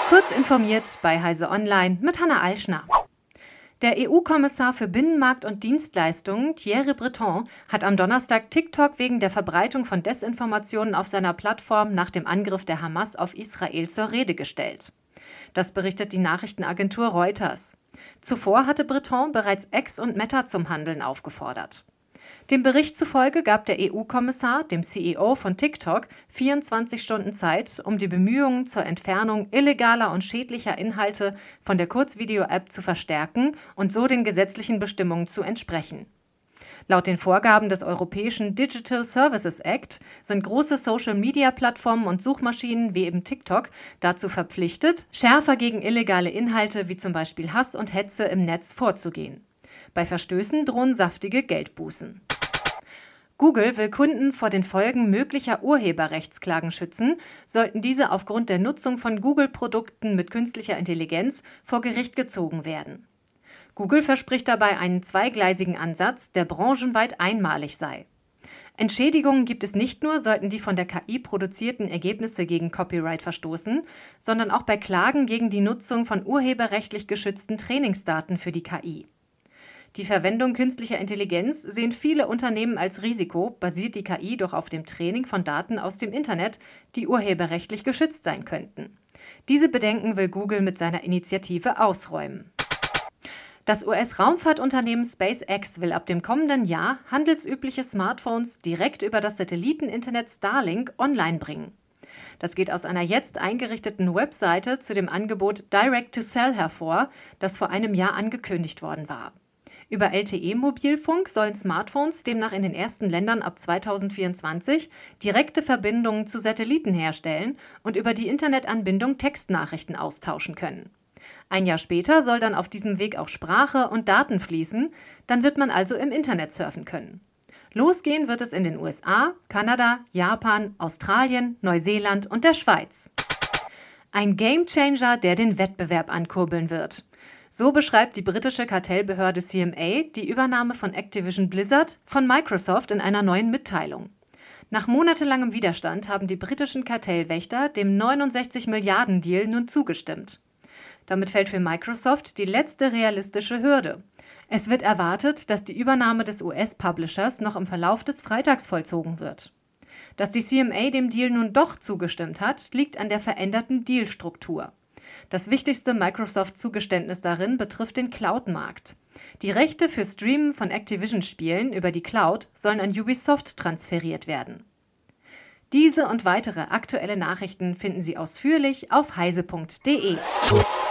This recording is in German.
Kurz informiert bei Heise Online mit Hanna Alschner. Der EU-Kommissar für Binnenmarkt und Dienstleistungen, Thierry Breton, hat am Donnerstag TikTok wegen der Verbreitung von Desinformationen auf seiner Plattform nach dem Angriff der Hamas auf Israel zur Rede gestellt. Das berichtet die Nachrichtenagentur Reuters. Zuvor hatte Breton bereits X und Meta zum Handeln aufgefordert. Dem Bericht zufolge gab der EU-Kommissar dem CEO von TikTok 24 Stunden Zeit, um die Bemühungen zur Entfernung illegaler und schädlicher Inhalte von der Kurzvideo-App zu verstärken und so den gesetzlichen Bestimmungen zu entsprechen. Laut den Vorgaben des Europäischen Digital Services Act sind große Social-Media-Plattformen und Suchmaschinen wie eben TikTok dazu verpflichtet, schärfer gegen illegale Inhalte wie zum Beispiel Hass und Hetze im Netz vorzugehen. Bei Verstößen drohen saftige Geldbußen. Google will Kunden vor den Folgen möglicher Urheberrechtsklagen schützen, sollten diese aufgrund der Nutzung von Google-Produkten mit künstlicher Intelligenz vor Gericht gezogen werden. Google verspricht dabei einen zweigleisigen Ansatz, der branchenweit einmalig sei. Entschädigungen gibt es nicht nur, sollten die von der KI produzierten Ergebnisse gegen Copyright verstoßen, sondern auch bei Klagen gegen die Nutzung von urheberrechtlich geschützten Trainingsdaten für die KI. Die Verwendung künstlicher Intelligenz sehen viele Unternehmen als Risiko, basiert die KI doch auf dem Training von Daten aus dem Internet, die urheberrechtlich geschützt sein könnten. Diese Bedenken will Google mit seiner Initiative ausräumen. Das US-Raumfahrtunternehmen SpaceX will ab dem kommenden Jahr handelsübliche Smartphones direkt über das Satelliteninternet Starlink online bringen. Das geht aus einer jetzt eingerichteten Webseite zu dem Angebot Direct-to-Cell hervor, das vor einem Jahr angekündigt worden war. Über LTE-Mobilfunk sollen Smartphones demnach in den ersten Ländern ab 2024 direkte Verbindungen zu Satelliten herstellen und über die Internetanbindung Textnachrichten austauschen können. Ein Jahr später soll dann auf diesem Weg auch Sprache und Daten fließen, dann wird man also im Internet surfen können. Losgehen wird es in den USA, Kanada, Japan, Australien, Neuseeland und der Schweiz. Ein Gamechanger, der den Wettbewerb ankurbeln wird. So beschreibt die britische Kartellbehörde CMA die Übernahme von Activision Blizzard von Microsoft in einer neuen Mitteilung. Nach monatelangem Widerstand haben die britischen Kartellwächter dem 69-Milliarden-Deal nun zugestimmt. Damit fällt für Microsoft die letzte realistische Hürde. Es wird erwartet, dass die Übernahme des US-Publishers noch im Verlauf des Freitags vollzogen wird. Dass die CMA dem Deal nun doch zugestimmt hat, liegt an der veränderten Dealstruktur. Das wichtigste Microsoft-Zugeständnis darin betrifft den Cloud-Markt. Die Rechte für Streamen von Activision-Spielen über die Cloud sollen an Ubisoft transferiert werden. Diese und weitere aktuelle Nachrichten finden Sie ausführlich auf heise.de.